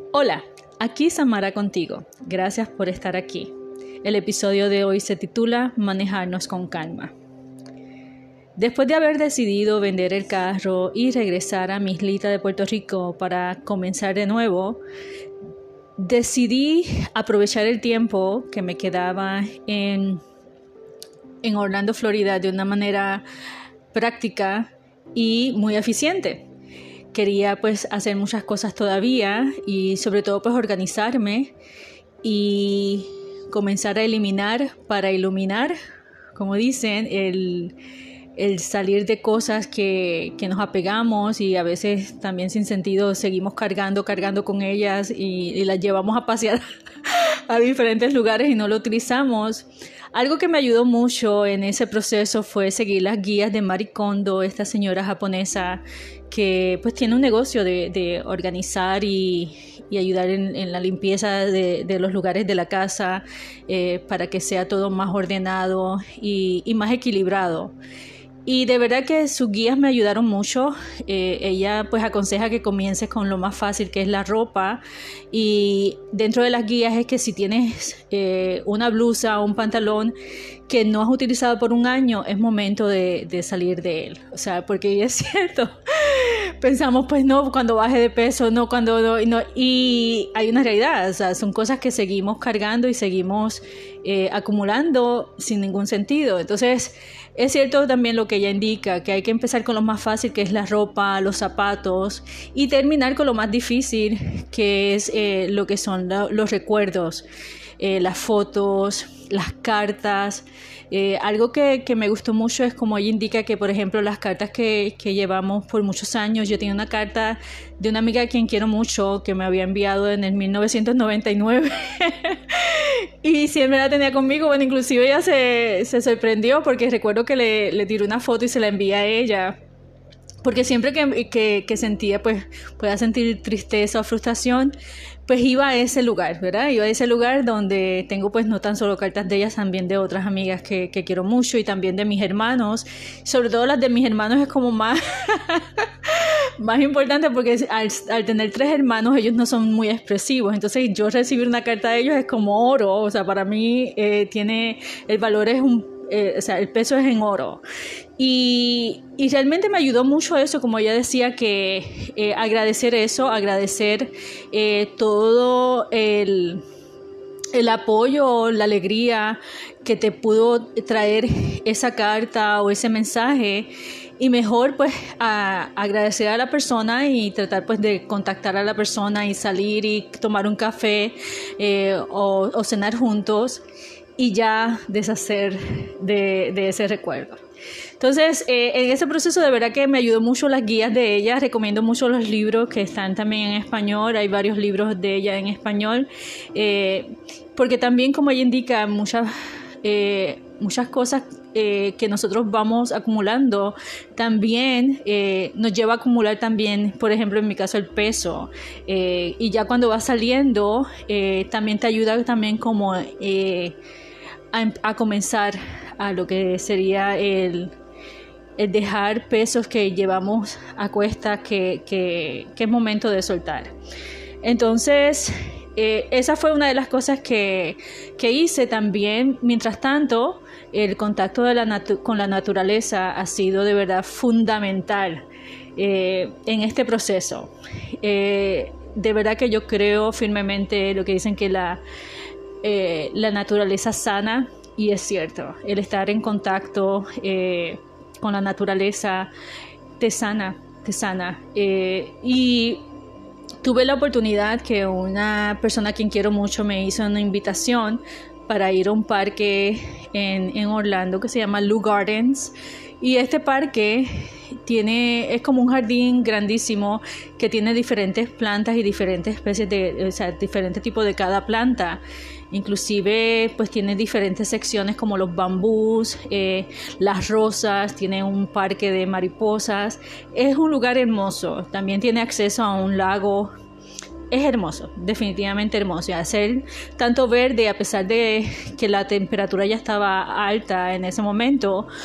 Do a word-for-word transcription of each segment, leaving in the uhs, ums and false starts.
Hola, aquí Samara contigo. Gracias por estar aquí. El episodio de hoy se titula Manejarnos con calma. Después de haber decidido vender el carro y regresar a mi islita de Puerto Rico para comenzar de nuevo, decidí aprovechar el tiempo que me quedaba en, en Orlando, Florida, de una manera práctica y muy eficiente. Quería pues hacer muchas cosas todavía y sobre todo pues organizarme y comenzar a eliminar para iluminar, como dicen, el, el salir de cosas que, que nos apegamos y a veces también sin sentido seguimos cargando, cargando con ellas y, y las llevamos a pasear a diferentes lugares y no lo utilizamos. Algo que me ayudó mucho en ese proceso fue seguir las guías de Marie Kondo, esta señora japonesa que pues tiene un negocio de, de organizar y, y ayudar en, en la limpieza de, de los lugares de la casa eh, para que sea todo más ordenado y, y más equilibrado. Y de verdad que sus guías me ayudaron mucho. Eh, ella pues aconseja que comiences con lo más fácil, que es la ropa. Y dentro de las guías es que si tienes eh, una blusa o un pantalón que no has utilizado por un año, es momento de, de salir de él. O sea, porque es cierto. Pensamos, pues no, cuando baje de peso, no, cuando no, no. Y hay una realidad, o sea, son cosas que seguimos cargando y seguimos eh, acumulando sin ningún sentido. Entonces, es cierto también lo que ella indica, que hay que empezar con lo más fácil, que es la ropa, los zapatos, y terminar con lo más difícil, que es eh, lo que son la, los recuerdos, eh, las fotos, las cartas. Eh, algo que, que me gustó mucho es como ella indica que, por ejemplo, las cartas que, que llevamos por muchos años. Yo tenía una carta de una amiga a quien quiero mucho que me había enviado en el mil novecientos noventa y nueve y siempre la tenía conmigo. Bueno, inclusive ella se, se sorprendió porque recuerdo que le, le tiré una foto y se la envié a ella. Porque siempre que, que, que sentía, pues, pueda sentir tristeza o frustración, pues iba a ese lugar, ¿verdad? Iba a ese lugar donde tengo, pues, no tan solo cartas de ellas, también de otras amigas que, que quiero mucho y también de mis hermanos. Sobre todo las de mis hermanos es como más, más importante porque al, al tener tres hermanos, ellos no son muy expresivos. Entonces, yo recibir una carta de ellos es como oro. O sea, para mí eh, tiene, el valor es un Eh, o sea, el peso es en oro. Y, y realmente me ayudó mucho eso, como ella decía, que eh, agradecer eso, agradecer eh, todo el, el apoyo, la alegría que te pudo traer esa carta o ese mensaje. Y mejor pues a agradecer a la persona y tratar pues de contactar a la persona y salir y tomar un café eh, o, o cenar juntos y ya deshacer de, de ese recuerdo. Entonces, eh, en ese proceso de verdad que me ayudó mucho las guías de ella. Recomiendo mucho los libros que están también en español. Hay varios libros de ella en español. Eh, porque también, como ella indica, muchas, eh, muchas cosas eh, que nosotros vamos acumulando también eh, nos lleva a acumular también, por ejemplo, en mi caso, el peso. Eh, y ya cuando va saliendo, eh, también te ayuda también como Eh, A, a comenzar a lo que sería el, el dejar pesos que llevamos a cuestas que, que, que es momento de soltar. Entonces, eh, esa fue una de las cosas que, que hice también. Mientras tanto, el contacto de la natu- con la naturaleza ha sido de verdad fundamental eh, en este proceso. Eh, de verdad que yo creo firmemente lo que dicen que la Eh, la naturaleza sana, y es cierto, el estar en contacto eh, con la naturaleza te sana, te sana. Eh, y tuve la oportunidad que una persona a quien quiero mucho me hizo una invitación para ir a un parque en, en Orlando que se llama Lou Gardens. Y este parque tiene, es como un jardín grandísimo que tiene diferentes plantas y diferentes especies de, o sea, diferentes tipos de cada planta. Inclusive pues tiene diferentes secciones como los bambús, eh, las rosas, tiene un parque de mariposas. Es un lugar hermoso. También tiene acceso a un lago. Es hermoso, definitivamente hermoso. Y hacer tanto verde, a pesar de que la temperatura ya estaba alta en ese momento,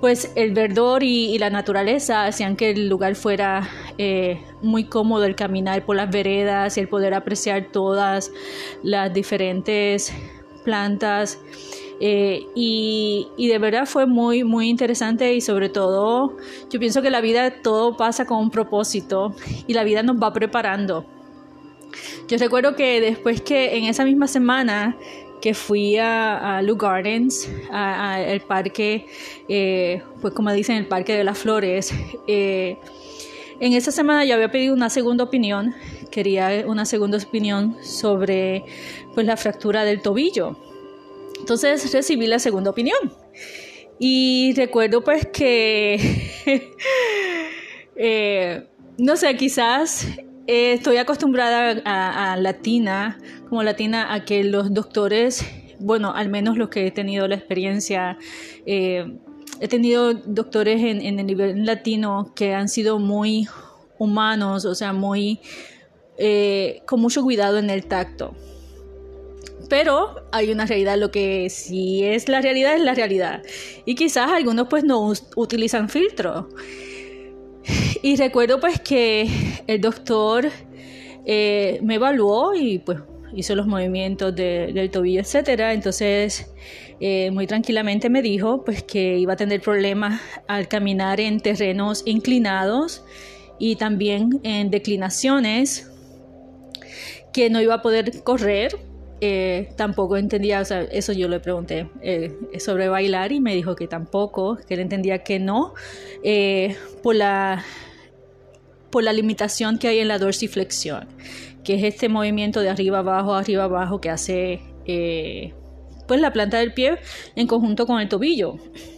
pues el verdor y, y la naturaleza hacían que el lugar fuera eh, muy cómodo el caminar por las veredas y el poder apreciar todas las diferentes plantas. Eh, y, y de verdad fue muy, muy interesante, y sobre todo yo pienso que la vida todo pasa con un propósito y la vida nos va preparando. Yo recuerdo que después que en esa misma semana que fui a, a Lou Gardens, al parque, eh, pues como dicen, el Parque de las Flores, eh, en esa semana yo había pedido una segunda opinión, quería una segunda opinión sobre pues la fractura del tobillo. Entonces recibí la segunda opinión y recuerdo pues que, eh, no sé, quizás eh, estoy acostumbrada a, a latina, como latina, a que los doctores, bueno, al menos los que he tenido la experiencia, eh, he tenido doctores en, en el nivel latino que han sido muy humanos, o sea, muy, eh, con mucho cuidado en el tacto. Pero hay una realidad, lo que sí es la realidad es la realidad. Y quizás algunos pues no us- utilizan filtro. Y recuerdo pues que el doctor eh, me evaluó y pues hizo los movimientos de, del tobillo, etcétera. Entonces eh, muy tranquilamente me dijo pues que iba a tener problemas al caminar en terrenos inclinados y también en declinaciones, que no iba a poder correr. Eh, tampoco entendía, o sea, eso yo le pregunté eh, sobre bailar y me dijo que tampoco, que él entendía que no, eh, por la, por la limitación que hay en la dorsiflexión, que es este movimiento de arriba abajo, arriba abajo que hace eh, pues la planta del pie en conjunto con el tobillo.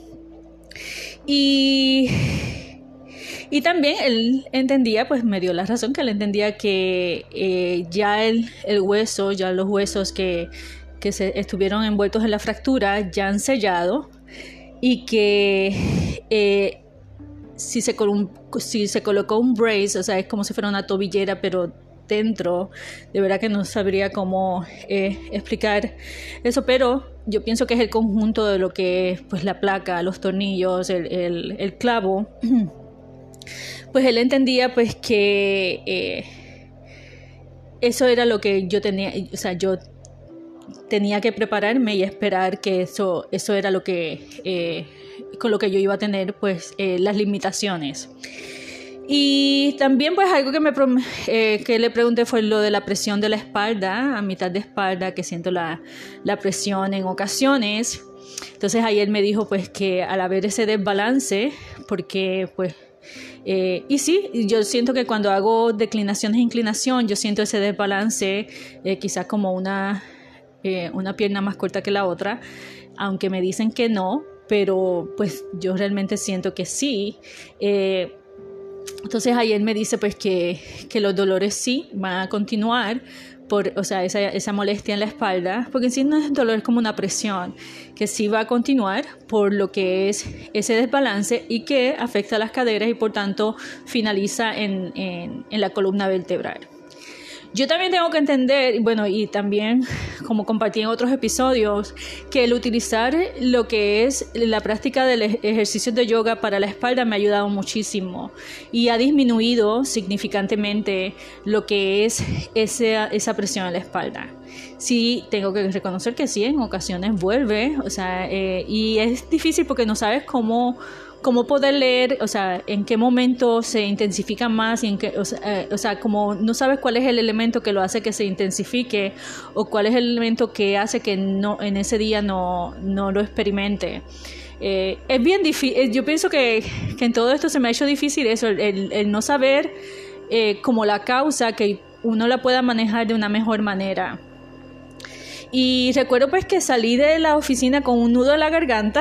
Y... Y también él entendía, pues me dio la razón, que él entendía que eh, ya el, el hueso, ya los huesos que, que se estuvieron envueltos en la fractura ya han sellado, y que eh, si, se col- si se colocó un brace, o sea, es como si fuera una tobillera, pero dentro, de verdad que no sabría cómo eh, explicar eso, pero yo pienso que es el conjunto de lo que es pues la placa, los tornillos, el, el, el clavo. Pues él entendía pues que eh, eso era lo que yo tenía, o sea, yo tenía que prepararme y esperar que eso, eso era lo que, eh, con lo que yo iba a tener pues eh, las limitaciones. Y también pues algo que, me, eh, que le pregunté fue lo de la presión de la espalda, a mitad de espalda, que siento la, la presión en ocasiones. Entonces ahí él me dijo pues que al haber ese desbalance, porque pues Eh, y sí, yo siento que cuando hago declinaciones e inclinación, yo siento ese desbalance, eh, quizás como una, eh, una pierna más corta que la otra, aunque me dicen que no, pero pues yo realmente siento que sí. Eh, entonces ahí él me dice pues que, que los dolores sí van a continuar, por, o sea, esa, esa molestia en la espalda, porque en sí no es dolor, es como una presión, que sí va a continuar por lo que es ese desbalance y que afecta a las caderas y por tanto finaliza en, en, en la columna vertebral. Yo también tengo que entender, bueno, y también como compartí en otros episodios, que el utilizar lo que es la práctica del ejercicio de yoga para la espalda me ha ayudado muchísimo y ha disminuido significantemente lo que es esa, esa presión en la espalda. Sí, tengo que reconocer que sí, en ocasiones vuelve, o sea, eh, y es difícil porque no sabes cómo... cómo poder leer, o sea, en qué momento se intensifica más, y en qué, o sea, eh, o sea, como no sabes cuál es el elemento que lo hace que se intensifique o cuál es el elemento que hace que no en ese día no, no lo experimente. Eh, es bien difícil, yo pienso que, que en todo esto se me ha hecho difícil eso, el, el, el no saber eh, como la causa, que uno la pueda manejar de una mejor manera. Y recuerdo pues que salí de la oficina con un nudo en la garganta.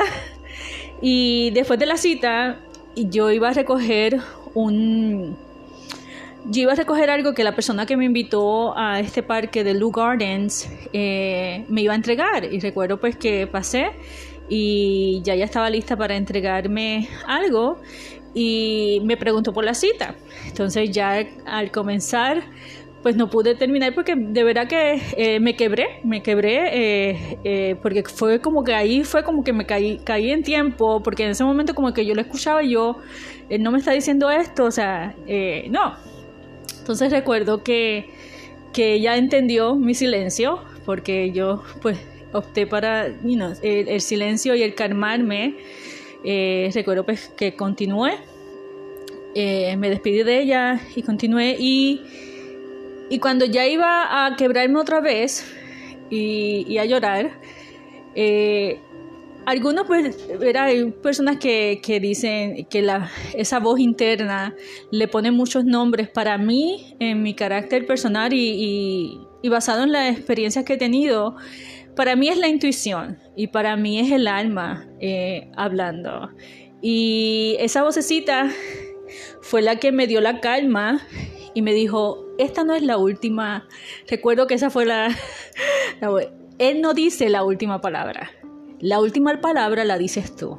Y después de la cita, yo iba a recoger un... Yo iba a recoger algo que la persona que me invitó a este parque de Lou Gardens eh, me iba a entregar. Y recuerdo pues que pasé y ya ya estaba lista para entregarme algo y me preguntó por la cita. Entonces ya al comenzar pues no pude terminar porque de verdad que eh, me quebré, me quebré, eh, eh, porque fue como que ahí fue como que me caí, caí en tiempo, porque en ese momento como que yo lo escuchaba y yo, él no me está diciendo esto, o sea, eh, no. Entonces recuerdo que, que ella entendió mi silencio, porque yo pues opté para, you know, el, el silencio y el calmarme. Eh, recuerdo pues que continué, eh, me despedí de ella y continué y... Y cuando ya iba a quebrarme otra vez y, y a llorar, eh, algunos pues, era, hay personas que, que dicen que la, esa voz interna le pone muchos nombres. Para mí, en mi carácter personal y, y, y basado en las experiencias que he tenido, para mí es la intuición y para mí es el alma eh, hablando. Y esa vocecita fue la que me dio la calma y me dijo, esta no es la última. Recuerdo que esa fue la, la... Él no dice la última palabra. La última palabra la dices tú.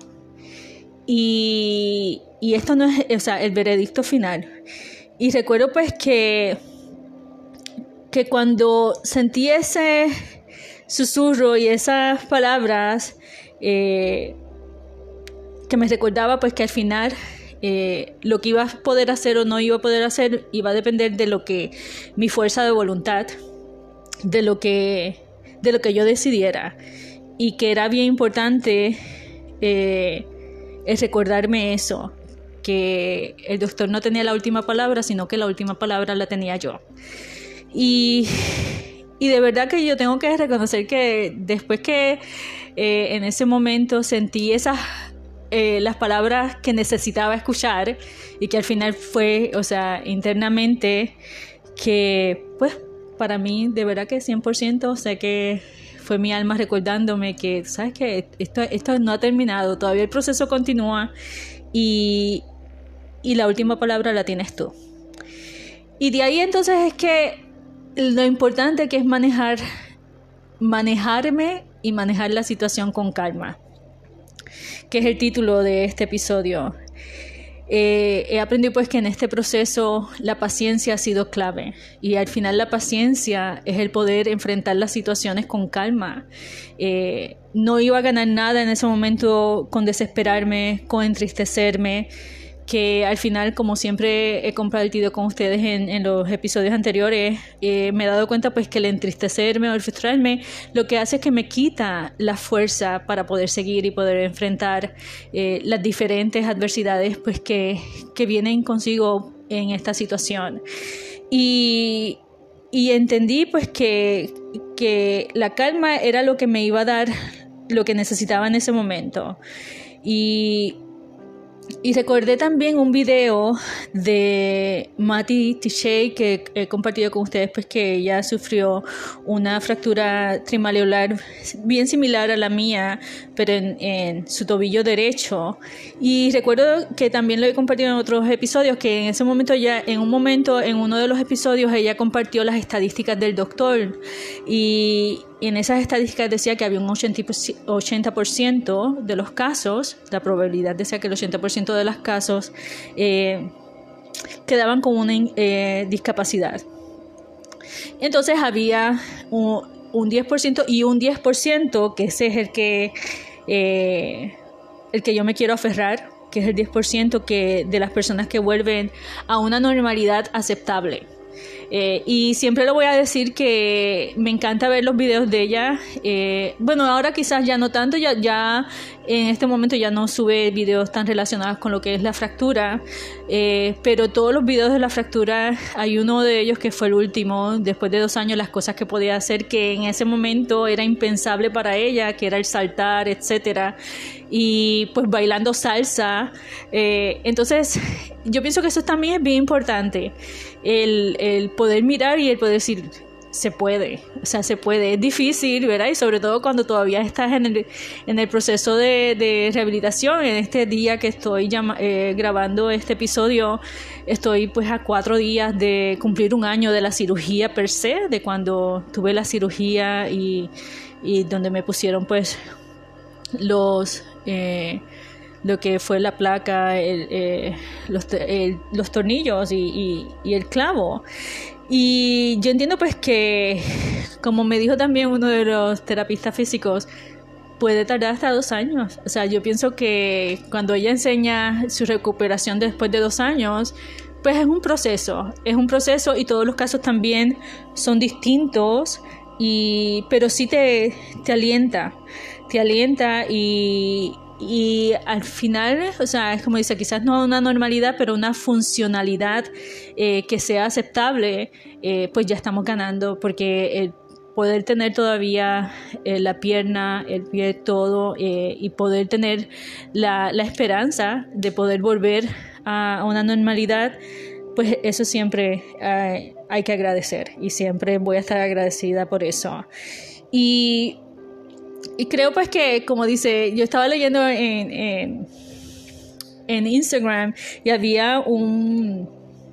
Y, y esto no es, o sea, el veredicto final. Y recuerdo pues que, que cuando sentí ese susurro y esas palabras, eh, que me recordaba pues que al final... Eh, lo que iba a poder hacer o no iba a poder hacer iba a depender de lo que mi fuerza de voluntad, de lo que, de lo que yo decidiera, y que era bien importante eh, es recordarme eso, que el doctor no tenía la última palabra, sino que la última palabra la tenía yo. Y, y de verdad que yo tengo que reconocer que después que eh, en ese momento sentí esas Eh, las palabras que necesitaba escuchar y que al final fue, o sea, internamente, que pues para mí de verdad que cien por ciento sé que fue mi alma recordándome que, ¿sabes qué? Esto, esto no ha terminado, todavía el proceso continúa y, y la última palabra la tienes tú. Y de ahí entonces es que lo importante que es manejar, manejarme y manejar la situación con calma, que es el título de este episodio. Eh, he aprendido pues que en este proceso la paciencia ha sido clave y al final la paciencia es el poder enfrentar las situaciones con calma. Eh, no iba a ganar nada en ese momento con desesperarme, con entristecerme, que al final, como siempre he compartido con ustedes en, en los episodios anteriores, eh, me he dado cuenta pues que el entristecerme o el frustrarme lo que hace es que me quita la fuerza para poder seguir y poder enfrentar eh, las diferentes adversidades pues que, que vienen consigo en esta situación. Y, y entendí pues que, que la calma era lo que me iba a dar lo que necesitaba en ese momento. Y Y recordé también un video de Mati Tichay que he compartido con ustedes, pues que ella sufrió una fractura trimaleolar bien similar a la mía, pero en, en su tobillo derecho. Y recuerdo que también lo he compartido en otros episodios, que en ese momento ya, en un momento, en uno de los episodios, ella compartió las estadísticas del doctor. Y Y en esas estadísticas decía que había un ochenta por ciento de los casos, la probabilidad decía que el ochenta por ciento de los casos eh, quedaban con una eh, discapacidad. Entonces había un, un diez por ciento y un diez por ciento, que ese es el que, eh, el que yo me quiero aferrar, que es el diez por ciento que, de las personas que vuelven a una normalidad aceptable. Eh, y siempre le voy a decir que me encanta ver los videos de ella. Eh, bueno, ahora quizás ya no tanto, ya, ya en este momento ya no sube videos tan relacionados con lo que es la fractura, eh, pero todos los videos de la fractura, hay uno de ellos que fue el último, después de dos años, las cosas que podía hacer, que en ese momento era impensable para ella, que era el saltar, etcétera, y pues bailando salsa. Eh, entonces yo pienso que eso también es bien importante, el, el poder mirar y el poder decir, se puede, o sea, se puede, es difícil, ¿verdad? Y sobre todo cuando todavía estás en el, en el proceso de, de rehabilitación. En este día que estoy llama, eh, grabando este episodio, estoy pues a cuatro días de cumplir un año de la cirugía per se, de cuando tuve la cirugía y, y donde me pusieron pues los... Eh, lo que fue la placa, el, eh, los, el, los tornillos y, y, y el clavo. Y yo entiendo pues que, como me dijo también uno de los terapistas físicos, puede tardar hasta dos años. O sea, yo pienso que cuando ella enseña su recuperación después de dos años, pues es un proceso, es un proceso y todos los casos también son distintos, y, pero sí te, te alienta, te alienta y... Y al final, o sea, es como dice, quizás no una normalidad, pero una funcionalidad eh, que sea aceptable, eh, pues ya estamos ganando, porque el poder tener todavía eh, la pierna, el pie, todo, eh, y poder tener la, la esperanza de poder volver a, a una normalidad, pues eso siempre eh, hay que agradecer, y siempre voy a estar agradecida por eso. Y Y creo pues que, como dice, yo estaba leyendo en, en, en Instagram y había un,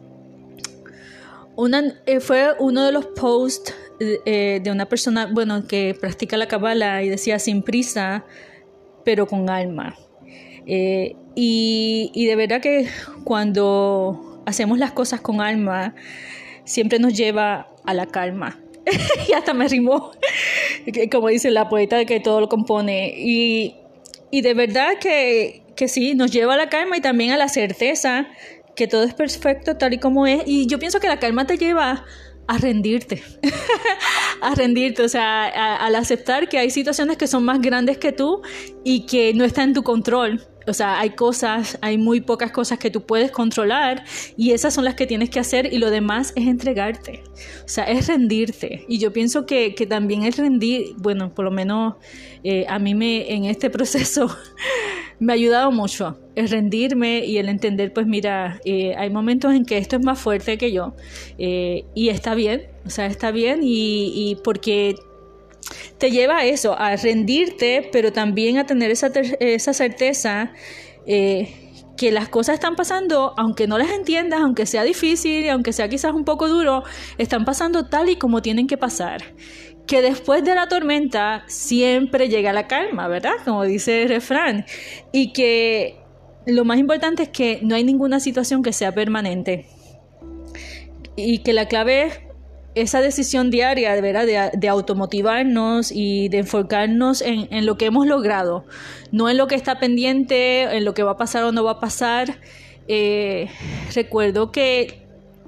una, eh, fue uno de los posts eh, de una persona, bueno, que practica la Kabbalah y decía sin prisa, pero con alma. Eh, y, y de verdad que cuando hacemos las cosas con alma, siempre nos lleva a la calma. Y hasta me rimó, como dice la poeta que todo lo compone, y, y de verdad que, que sí, nos lleva a la calma y también a la certeza que todo es perfecto tal y como es. Y yo pienso que la calma te lleva a rendirte, a rendirte, o sea, a, al aceptar que hay situaciones que son más grandes que tú y que no está en tu control. O sea, hay cosas, hay muy pocas cosas que tú puedes controlar, y esas son las que tienes que hacer, y lo demás es entregarte. O sea, es rendirte. Y yo pienso que, que también es rendir, bueno, por lo menos eh, a mí me en este proceso me ha ayudado mucho el rendirme y el entender, pues mira, eh, hay momentos en que esto es más fuerte que yo, eh, y está bien, o sea, está bien, y, y porque te lleva a eso, a rendirte, pero también a tener esa, ter- esa certeza eh, que las cosas están pasando, aunque no las entiendas, aunque sea difícil, aunque sea quizás un poco duro, están pasando tal y como tienen que pasar. Que después de la tormenta siempre llega la calma, ¿verdad? Como dice el refrán. Y que lo más importante es que no hay ninguna situación que sea permanente. Y que la clave es esa decisión diaria, ¿verdad? De, de automotivarnos y de enfocarnos en, en lo que hemos logrado, no en lo que está pendiente, en lo que va a pasar o no va a pasar. Eh, recuerdo que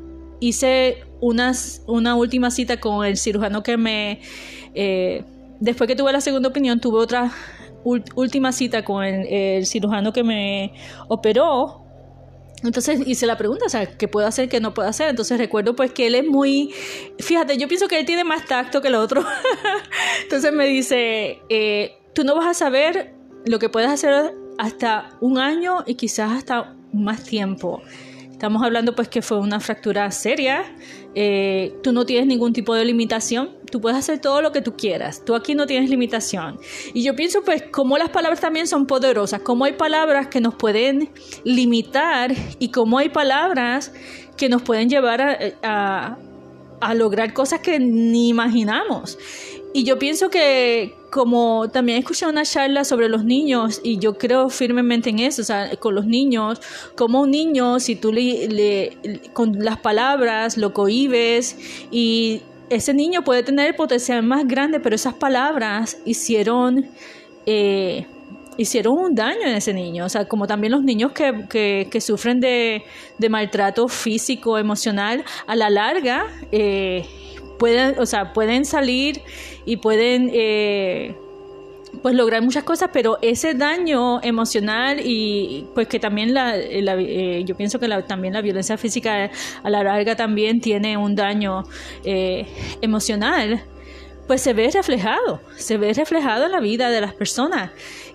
hice unas, una última cita con el cirujano que me... Eh, después que tuve la segunda opinión, tuve otra ult- última cita con el, el cirujano que me operó. Entonces hice la pregunta, o sea, ¿qué puedo hacer, qué no puedo hacer? Entonces recuerdo pues que él es muy... Fíjate, yo pienso que él tiene más tacto que el otro. Entonces me dice, eh, tú no vas a saber lo que puedes hacer hasta un año y quizás hasta más tiempo. Estamos hablando pues que fue una fractura seria, eh, tú no tienes ningún tipo de limitación, tú puedes hacer todo lo que tú quieras, tú aquí no tienes limitación. Y yo pienso pues cómo las palabras también son poderosas, cómo hay palabras que nos pueden limitar y cómo hay palabras que nos pueden llevar a, a, a lograr cosas que ni imaginamos. Y yo pienso que, como también he escuchado una charla sobre los niños, y yo creo firmemente en eso, o sea, con los niños, como un niño, si tú le, le con las palabras lo cohibes, y ese niño puede tener el potencial más grande, pero esas palabras hicieron, eh, hicieron un daño en ese niño. O sea, como también los niños que, que, que sufren de, de maltrato físico, emocional, a la larga, eh, pueden, o sea, pueden salir y pueden eh, pues lograr muchas cosas, pero ese daño emocional y pues que también la, la eh, yo pienso que la, también la violencia física a la larga también tiene un daño eh, emocional, pues se ve reflejado, se ve reflejado en la vida de las personas.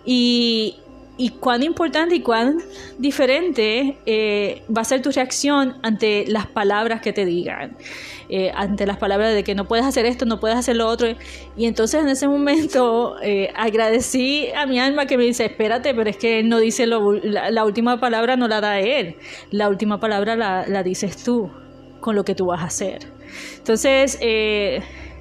Y y cuán importante y cuán diferente eh, va a ser tu reacción ante las palabras que te digan, eh, ante las palabras de que no puedes hacer esto, no puedes hacer lo otro. Y entonces en ese momento eh, agradecí a mi alma que me dice, espérate, pero es que él no dice, lo, la, la última palabra no la da él, la última palabra la, la dices tú con lo que tú vas a hacer. Entonces, eh,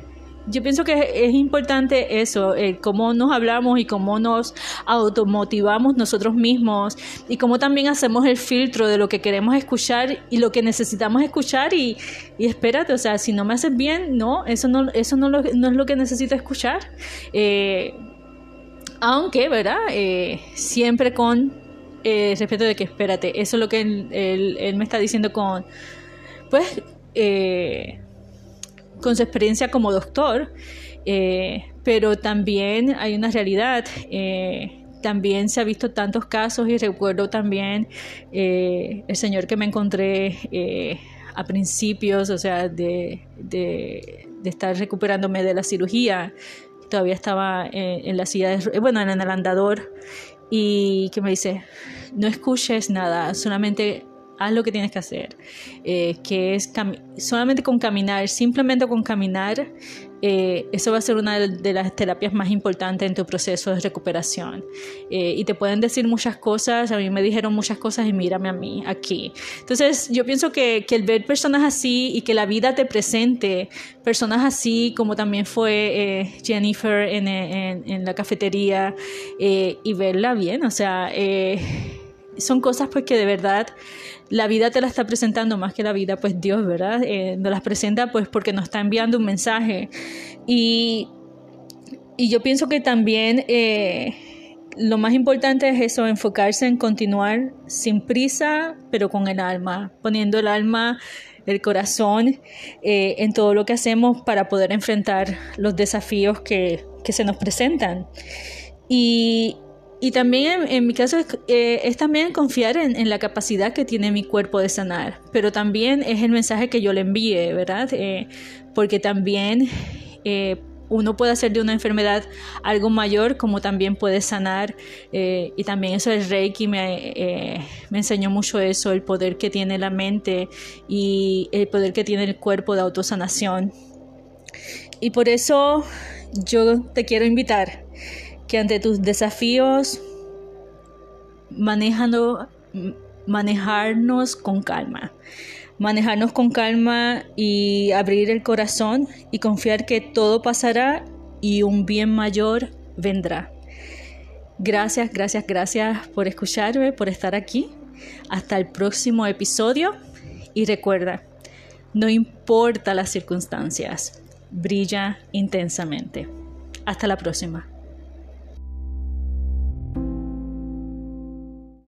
yo pienso que es importante eso, eh, cómo nos hablamos y cómo nos automotivamos nosotros mismos y cómo también hacemos el filtro de lo que queremos escuchar y lo que necesitamos escuchar y, y espérate, o sea, si no me haces bien, no, eso no, eso no, lo, no es lo que necesito escuchar. Eh, aunque, ¿verdad? Eh, siempre con eh, respeto de que espérate, eso es lo que él, él, él me está diciendo con, pues, eh, con su experiencia como doctor, eh, pero también hay una realidad, eh, también se ha visto tantos casos y recuerdo también eh, el señor que me encontré eh, a principios, o sea, de, de, de estar recuperándome de la cirugía, todavía estaba en, en la silla, de, bueno, en el andador, y que me dice, no escuches nada, solamente haz lo que tienes que hacer, eh, que es cami- solamente con caminar, simplemente con caminar, eh, eso va a ser una de las terapias más importantes en tu proceso de recuperación. Eh, y te pueden decir muchas cosas, a mí me dijeron muchas cosas y mírame a mí aquí. Entonces yo pienso que, que el ver personas así y que la vida te presente personas así, como también fue eh, Jennifer en, en, en la cafetería, eh, y verla bien, o sea, eh, son cosas pues que de verdad la vida te la está presentando, más que la vida, pues Dios, ¿verdad? Eh, nos las presenta pues porque nos está enviando un mensaje. Y, y yo pienso que también eh, lo más importante es eso, enfocarse en continuar sin prisa, pero con el alma, poniendo el alma, el corazón eh, en todo lo que hacemos para poder enfrentar los desafíos que, que se nos presentan. Y Y también en, en mi caso es, eh, es también confiar en, en la capacidad que tiene mi cuerpo de sanar, pero también es el mensaje que yo le envíe, ¿verdad? Eh, porque también eh, uno puede hacer de una enfermedad algo mayor, como también puede sanar, eh, y también eso el Reiki me, eh, me enseñó mucho eso, el poder que tiene la mente y el poder que tiene el cuerpo de autosanación. Y por eso yo te quiero invitar que ante tus desafíos manejando, manejarnos con calma, manejarnos con calma y abrir el corazón y confiar que todo pasará y un bien mayor vendrá. Gracias, gracias, gracias por escucharme, por estar aquí. Hasta el próximo episodio y recuerda, no importa las circunstancias, brilla intensamente. Hasta la próxima.